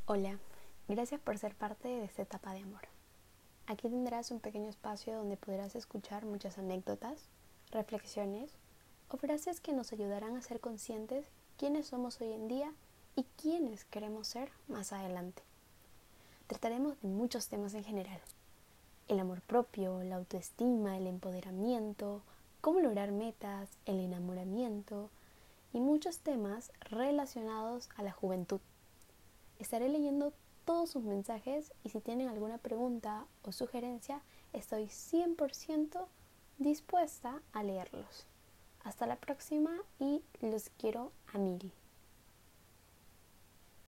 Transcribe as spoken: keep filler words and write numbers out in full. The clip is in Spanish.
Hola, gracias por ser parte de esta etapa de amor. Aquí tendrás un pequeño espacio donde podrás escuchar muchas anécdotas, reflexiones o frases que nos ayudarán a ser conscientes quiénes somos hoy en día y quiénes queremos ser más adelante. Trataremos de muchos temas en general: el amor propio, la autoestima, el empoderamiento, cómo lograr metas, el enamoramiento y muchos temas relacionados a la juventud. Estaré leyendo todos sus mensajes y si tienen alguna pregunta o sugerencia, estoy cien por ciento dispuesta a leerlos. Hasta la próxima y los quiero a mil.